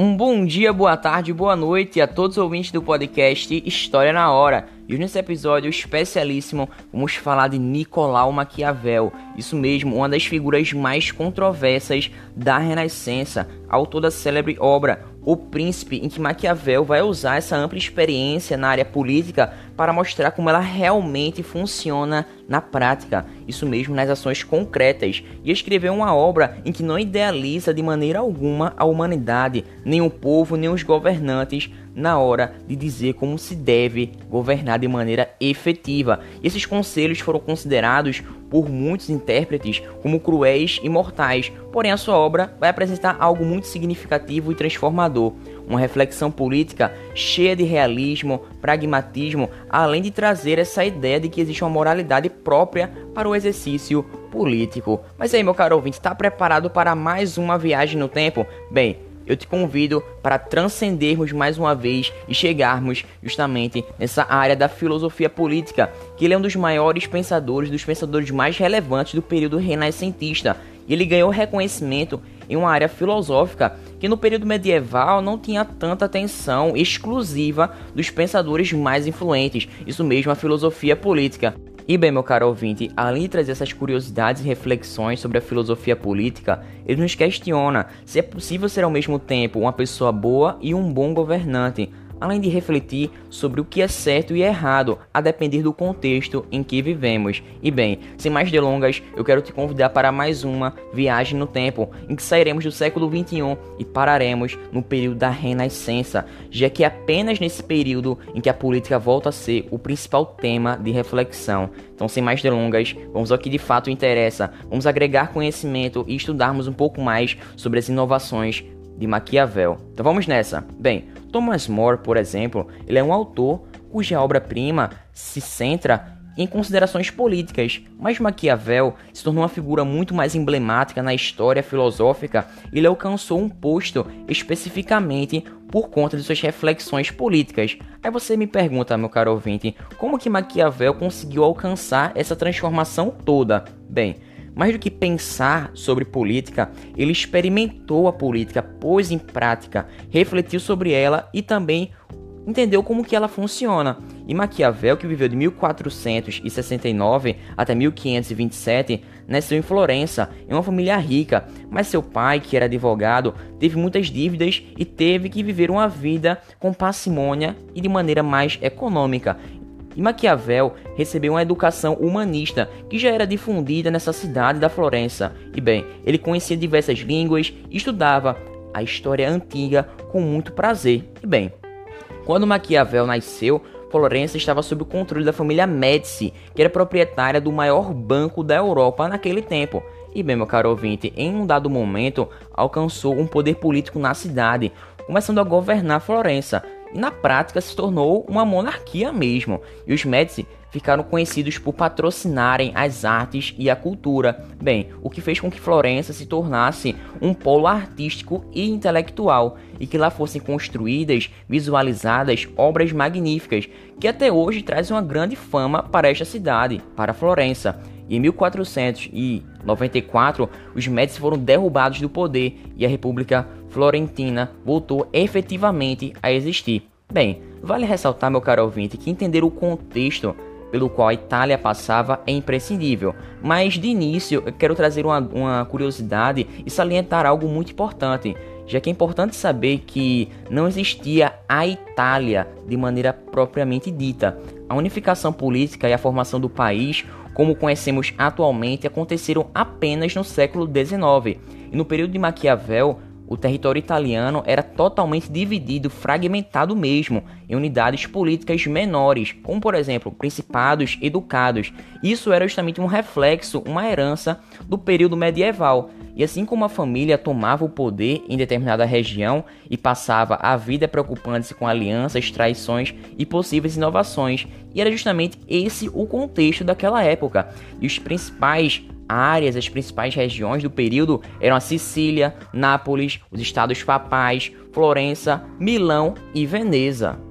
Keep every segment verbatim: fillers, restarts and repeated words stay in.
Um bom dia, boa tarde, boa noite a todos os ouvintes do podcast História na Hora. E nesse episódio especialíssimo vamos falar de Nicolau Maquiavel. Isso mesmo, uma das figuras mais controversas da Renascença, autor da célebre obra O Príncipe, em que Maquiavel vai usar essa ampla experiência na área política para mostrar como ela realmente funciona na prática, isso mesmo, nas ações concretas, e escreveu uma obra em que não idealiza de maneira alguma a humanidade, nem o povo, nem os governantes, na hora de dizer como se deve governar de maneira efetiva. E esses conselhos foram considerados por muitos intérpretes como cruéis e mortais, porém a sua obra vai apresentar algo muito significativo e transformador, uma reflexão política cheia de realismo, pragmatismo, além de trazer essa ideia de que existe uma moralidade própria para o exercício político. Mas aí, meu caro ouvinte, está preparado para mais uma viagem no tempo? Bem, eu te convido para transcendermos mais uma vez e chegarmos justamente nessa área da filosofia política, que ele é um dos maiores pensadores, dos pensadores mais relevantes do período renascentista. E ele ganhou reconhecimento em uma área filosófica que no período medieval não tinha tanta atenção exclusiva dos pensadores mais influentes, isso mesmo, a filosofia política. E bem, meu caro ouvinte, além de trazer essas curiosidades e reflexões sobre a filosofia política, ele nos questiona se é possível ser ao mesmo tempo uma pessoa boa e um bom governante, além de refletir sobre o que é certo e errado, a depender do contexto em que vivemos. E bem, sem mais delongas, eu quero te convidar para mais uma viagem no tempo, em que sairemos do século vinte e um e pararemos no período da Renascença, já que é apenas nesse período em que a política volta a ser o principal tema de reflexão. Então, sem mais delongas, vamos ao que de fato interessa, vamos agregar conhecimento e estudarmos um pouco mais sobre as inovações de Maquiavel. Então vamos nessa. Bem, Thomas More, por exemplo, ele é um autor cuja obra-prima se centra em considerações políticas, mas Maquiavel se tornou uma figura muito mais emblemática na história filosófica. Ele alcançou um posto especificamente por conta de suas reflexões políticas. Aí você me pergunta, meu caro ouvinte, como que Maquiavel conseguiu alcançar essa transformação toda? Bem, mais do que pensar sobre política, ele experimentou a política, pôs em prática, refletiu sobre ela e também entendeu como que ela funciona. E Maquiavel, que viveu de mil quatrocentos e sessenta e nove até mil quinhentos e vinte e sete, nasceu em Florença, em uma família rica, mas seu pai, que era advogado, teve muitas dívidas e teve que viver uma vida com parcimônia e de maneira mais econômica. E Maquiavel recebeu uma educação humanista que já era difundida nessa cidade da Florença. E bem, ele conhecia diversas línguas e estudava a história antiga com muito prazer. E bem, quando Maquiavel nasceu, Florença estava sob o controle da família Médici, que era proprietária do maior banco da Europa naquele tempo. E bem, meu caro ouvinte, em um dado momento alcançou um poder político na cidade, começando a governar Florença. E na prática se tornou uma monarquia mesmo, e os Médici ficaram conhecidos por patrocinarem as artes e a cultura, bem, o que fez com que Florença se tornasse um polo artístico e intelectual, e que lá fossem construídas, visualizadas obras magníficas, que até hoje trazem uma grande fama para esta cidade, para Florença. E em mil quatrocentos e noventa e quatro, os Médici foram derrubados do poder e a República Florentina voltou efetivamente a existir. Bem, vale ressaltar, meu caro ouvinte, que entender o contexto pelo qual a Itália passava é imprescindível. Mas, de início, eu quero trazer uma, uma curiosidade e salientar algo muito importante, já que é importante saber que não existia a Itália de maneira propriamente dita. A unificação política e a formação do país, como conhecemos atualmente, aconteceram apenas no século dezenove. E no período de Maquiavel, o território italiano era totalmente dividido, fragmentado mesmo, em unidades políticas menores, como por exemplo, principados e ducados. Isso era justamente um reflexo, uma herança do período medieval. E assim como a família tomava o poder em determinada região e passava a vida preocupando-se com alianças, traições e possíveis inovações, e era justamente esse o contexto daquela época. E os principais áreas, as principais regiões do período eram a Sicília, Nápoles, os estados papais, Florença, Milão e Veneza.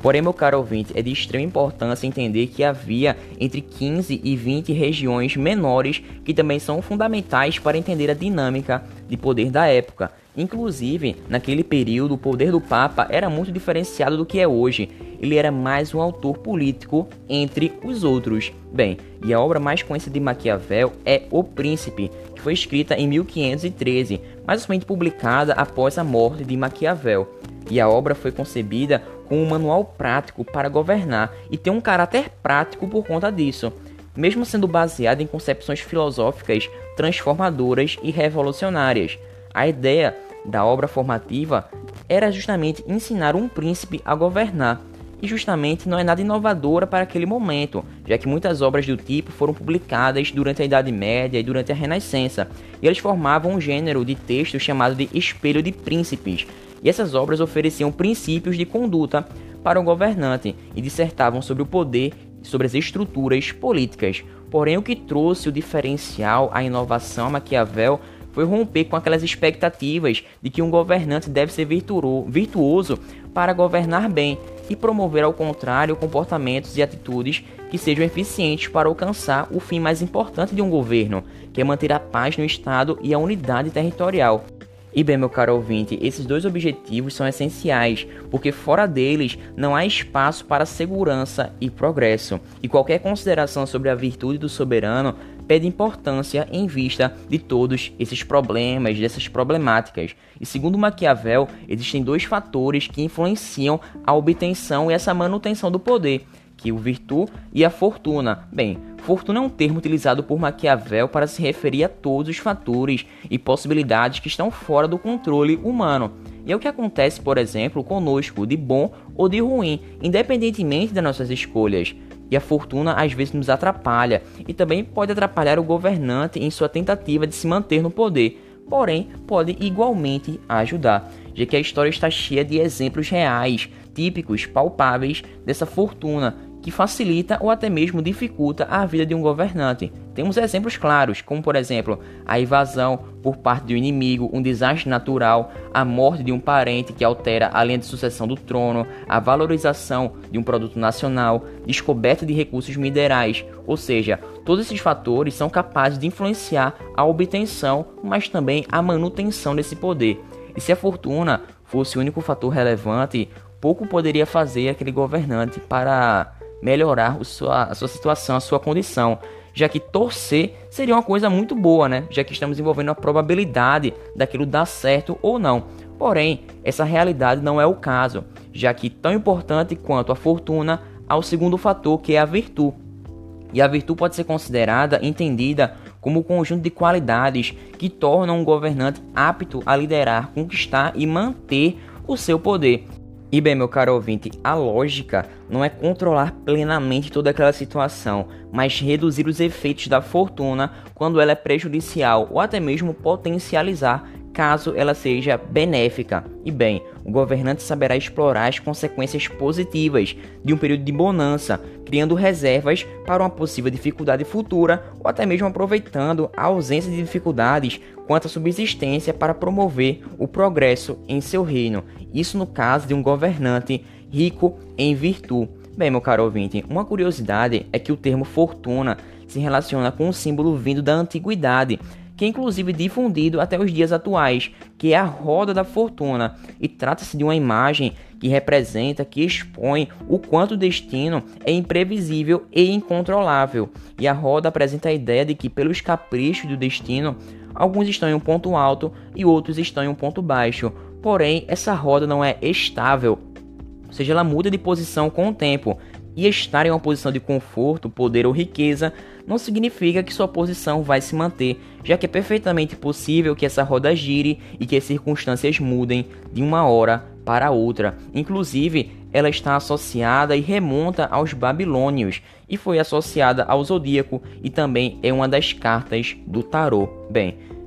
Porém, meu caro ouvinte, é de extrema importância entender que havia entre quinze e vinte regiões menores que também são fundamentais para entender a dinâmica de poder da época. Inclusive, naquele período, o poder do Papa era muito diferenciado do que é hoje. Ele era mais um autor político entre os outros. Bem, e a obra mais conhecida de Maquiavel é O Príncipe, que foi escrita em mil quinhentos e treze, mas somente publicada após a morte de Maquiavel. E a obra foi concebida como um manual prático para governar e tem um caráter prático por conta disso, mesmo sendo baseada em concepções filosóficas transformadoras e revolucionárias. A ideia da obra formativa era justamente ensinar um príncipe a governar, e justamente não é nada inovadora para aquele momento, já que muitas obras do tipo foram publicadas durante a Idade Média e durante a Renascença, e eles formavam um gênero de texto chamado de Espelho de Príncipes, e essas obras ofereciam princípios de conduta para o governante e dissertavam sobre o poder e sobre as estruturas políticas. Porém, o que trouxe o diferencial, a inovação a Maquiavel foi romper com aquelas expectativas de que um governante deve ser virtuoso para governar bem e promover, ao contrário, comportamentos e atitudes que sejam eficientes para alcançar o fim mais importante de um governo, que é manter a paz no Estado e a unidade territorial. E bem, meu caro ouvinte, esses dois objetivos são essenciais, porque fora deles não há espaço para segurança e progresso, e qualquer consideração sobre a virtude do soberano pede importância em vista de todos esses problemas, dessas problemáticas. E segundo Maquiavel, existem dois fatores que influenciam a obtenção e essa manutenção do poder, que é o virtude e a fortuna. Bem, fortuna é um termo utilizado por Maquiavel para se referir a todos os fatores e possibilidades que estão fora do controle humano. E é o que acontece, por exemplo, conosco, de bom ou de ruim, independentemente das nossas escolhas. E a fortuna às vezes nos atrapalha e também pode atrapalhar o governante em sua tentativa de se manter no poder, porém pode igualmente ajudar, já que a história está cheia de exemplos reais, típicos, palpáveis dessa fortuna, que facilita ou até mesmo dificulta a vida de um governante. Temos exemplos claros, como por exemplo, a invasão por parte do inimigo, um desastre natural, a morte de um parente que altera a linha de sucessão do trono, a valorização de um produto nacional, descoberta de recursos minerais, ou seja, todos esses fatores são capazes de influenciar a obtenção, mas também a manutenção desse poder. E se a fortuna fosse o único fator relevante, pouco poderia fazer aquele governante para melhorar a sua, a sua situação, a sua condição, já que torcer seria uma coisa muito boa, né? Já que estamos envolvendo a probabilidade daquilo dar certo ou não. Porém, essa realidade não é o caso, já que tão importante quanto a fortuna há o segundo fator, que é a virtude. E a virtude pode ser considerada, entendida como o conjunto de qualidades que tornam um governante apto a liderar, conquistar e manter o seu poder. E bem, meu caro ouvinte, a lógica não é controlar plenamente toda aquela situação, mas reduzir os efeitos da fortuna quando ela é prejudicial ou até mesmo potencializar caso ela seja benéfica. E bem, o governante saberá explorar as consequências positivas de um período de bonança, criando reservas para uma possível dificuldade futura ou até mesmo aproveitando a ausência de dificuldades quanto à subsistência para promover o progresso em seu reino. Isso no caso de um governante rico em virtude. Bem, meu caro ouvinte, uma curiosidade é que o termo fortuna se relaciona com um símbolo vindo da antiguidade, que é inclusive difundido até os dias atuais, que é a roda da fortuna, e trata-se de uma imagem que representa, que expõe o quanto o destino é imprevisível e incontrolável, e a roda apresenta a ideia de que pelos caprichos do destino, alguns estão em um ponto alto e outros estão em um ponto baixo, porém essa roda não é estável, ou seja, ela muda de posição com o tempo, e estar em uma posição de conforto, poder ou riqueza não significa que sua posição vai se manter, já que é perfeitamente possível que essa roda gire e que as circunstâncias mudem de uma hora para outra. Inclusive, ela está associada e remonta aos babilônios e foi associada ao zodíaco e também é uma das cartas do tarô. Bem,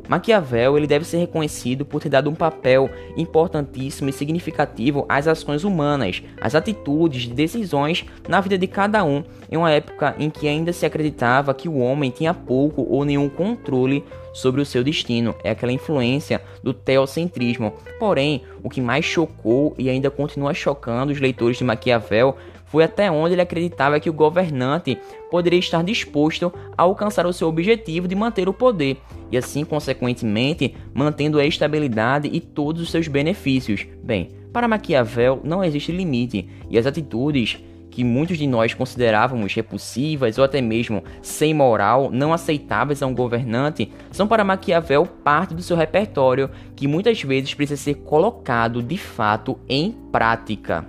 Maquiavel ele deve ser reconhecido por ter dado um papel importantíssimo e significativo às ações humanas, às atitudes e decisões na vida de cada um, em uma época em que ainda se acreditava que o homem tinha pouco ou nenhum controle sobre o seu destino. É aquela influência do teocentrismo. Porém, o que mais chocou e ainda continua chocando os leitores de Maquiavel foi até onde ele acreditava que o governante poderia estar disposto a alcançar o seu objetivo de manter o poder, e assim, consequentemente, mantendo a estabilidade e todos os seus benefícios. Bem, para Maquiavel não existe limite, e as atitudes que muitos de nós considerávamos repulsivas ou até mesmo sem moral, não aceitáveis a um governante, são para Maquiavel parte do seu repertório, que muitas vezes precisa ser colocado de fato em prática.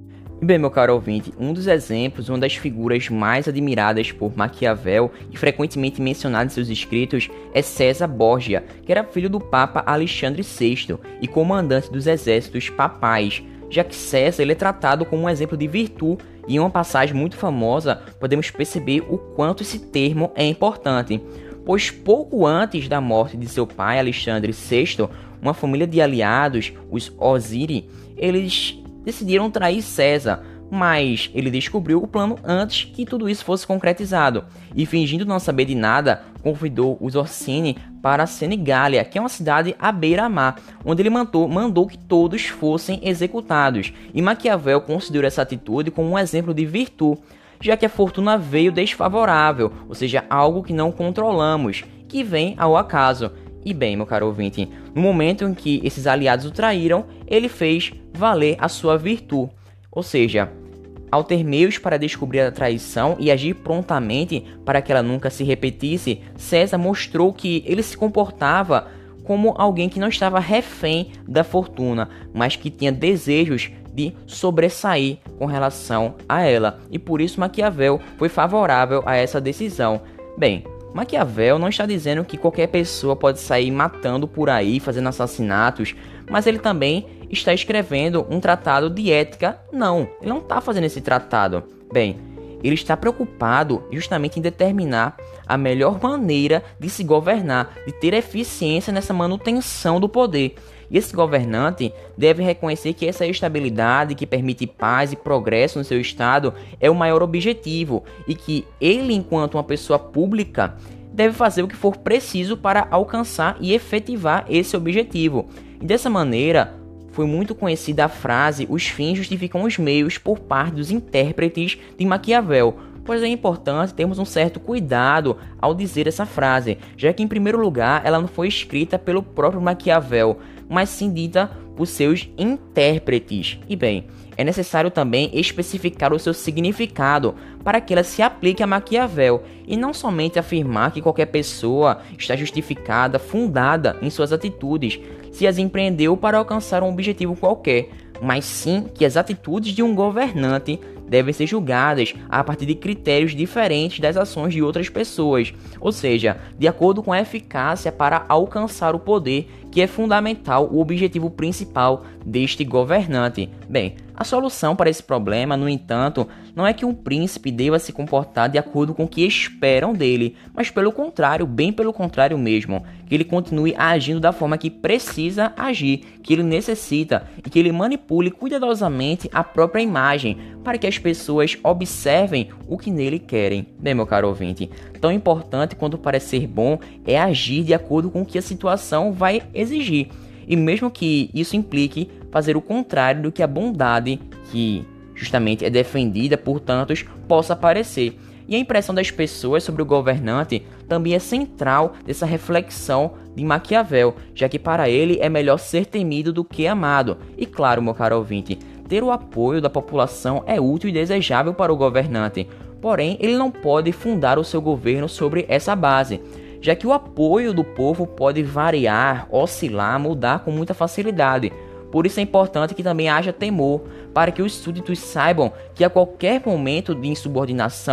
E bem, meu caro ouvinte, um dos exemplos, uma das figuras mais admiradas por Maquiavel e frequentemente mencionada em seus escritos é César Borgia, que era filho do Papa Alexandre sexto e comandante dos exércitos papais, já que César ele é tratado como um exemplo de virtude, e em uma passagem muito famosa podemos perceber o quanto esse termo é importante, pois pouco antes da morte de seu pai Alexandre sexto, uma família de aliados, os Osiri, eles decidiram trair César, mas ele descobriu o plano antes que tudo isso fosse concretizado, e fingindo não saber de nada, convidou os Orsini para a Senigália, que é uma cidade à beira-mar, onde ele mandou, mandou que todos fossem executados, e Maquiavel considerou essa atitude como um exemplo de virtude, já que a fortuna veio desfavorável, ou seja, algo que não controlamos, que vem ao acaso. E bem, meu caro ouvinte, no momento em que esses aliados o traíram, ele fez valer a sua virtude. Ou seja, ao ter meios para descobrir a traição e agir prontamente para que ela nunca se repetisse, César mostrou que ele se comportava como alguém que não estava refém da fortuna, mas que tinha desejos de sobressair com relação a ela. E por isso Maquiavel foi favorável a essa decisão. Bem, Maquiavel não está dizendo que qualquer pessoa pode sair matando por aí, fazendo assassinatos, mas ele também está escrevendo um tratado de ética. Não, ele não está fazendo esse tratado. Bem, ele está preocupado justamente em determinar a melhor maneira de se governar, de ter eficiência nessa manutenção do poder. E esse governante deve reconhecer que essa estabilidade que permite paz e progresso no seu estado é o maior objetivo e que ele, enquanto uma pessoa pública, deve fazer o que for preciso para alcançar e efetivar esse objetivo. E dessa maneira, foi muito conhecida a frase "os fins justificam os meios" por parte dos intérpretes de Maquiavel, pois é importante termos um certo cuidado ao dizer essa frase, já que em primeiro lugar ela não foi escrita pelo próprio Maquiavel, mas sim dita por seus intérpretes. E bem, é necessário também especificar o seu significado para que ela se aplique a Maquiavel, e não somente afirmar que qualquer pessoa está justificada, fundada em suas atitudes, se as empreendeu para alcançar um objetivo qualquer, mas sim que as atitudes de um governante devem ser julgadas a partir de critérios diferentes das ações de outras pessoas, ou seja, de acordo com a eficácia para alcançar o poder, que é fundamental, o objetivo principal deste governante. Bem, a solução para esse problema, no entanto, não é que um príncipe deva se comportar de acordo com o que esperam dele, mas pelo contrário, bem pelo contrário mesmo, que ele continue agindo da forma que precisa agir, que ele necessita, e que ele manipule cuidadosamente a própria imagem, para que as pessoas observem o que nele querem. Bem, meu caro ouvinte, tão importante quanto parecer bom é agir de acordo com o que a situação vai exigir, e mesmo que isso implique fazer o contrário do que a bondade, que justamente é defendida por tantos, possa parecer. E a impressão das pessoas sobre o governante também é central dessa reflexão de Maquiavel, já que para ele é melhor ser temido do que amado. E claro, meu caro ouvinte, ter o apoio da população é útil e desejável para o governante, porém ele não pode fundar o seu governo sobre essa base, já que o apoio do povo pode variar, oscilar, mudar com muita facilidade. Por isso é importante que também haja temor, para que os súditos saibam que a qualquer momento de insubordinação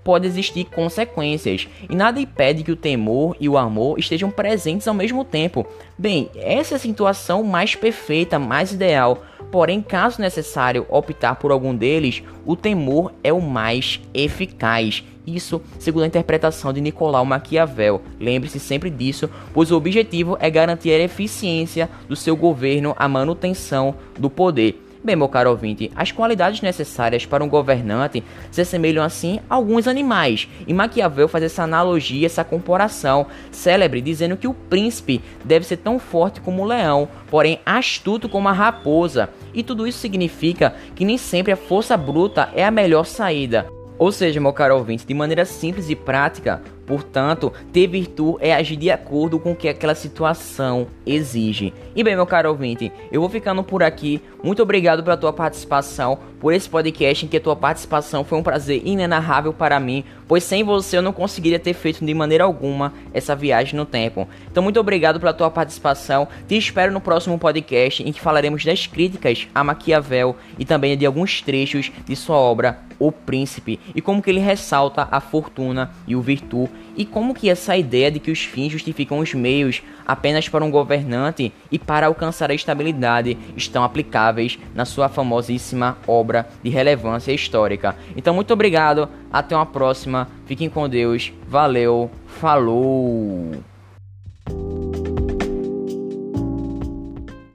pode existir consequências, e nada impede que o temor e o amor estejam presentes ao mesmo tempo. Bem, essa é a situação mais perfeita, mais ideal. Porém, caso necessário optar por algum deles, o temor é o mais eficaz. Isso segundo a interpretação de Nicolau Maquiavel. Lembre-se sempre disso, pois o objetivo é garantir a eficiência do seu governo, a manutenção do poder. Bem, meu caro ouvinte, as qualidades necessárias para um governante se assemelham assim a alguns animais, e Maquiavel faz essa analogia, essa comparação célebre, dizendo que o príncipe deve ser tão forte como o leão, porém astuto como a raposa, e tudo isso significa que nem sempre a força bruta é a melhor saída. Ou seja, meu caro ouvinte, de maneira simples e prática, portanto, ter virtude é agir de acordo com o que aquela situação exige. E bem, meu caro ouvinte, eu vou ficando por aqui. Muito obrigado pela tua participação, por esse podcast em que a tua participação foi um prazer inenarrável para mim, pois sem você eu não conseguiria ter feito de maneira alguma essa viagem no tempo. Então, muito obrigado pela tua participação. Te espero no próximo podcast em que falaremos das críticas a Maquiavel e também de alguns trechos de sua obra O Príncipe, e como que ele ressalta a fortuna e o virtude, e como que essa ideia de que os fins justificam os meios apenas para um governante e para alcançar a estabilidade estão aplicáveis na sua famosíssima obra de relevância histórica. Então, muito obrigado, até uma próxima, fiquem com Deus, valeu, falou!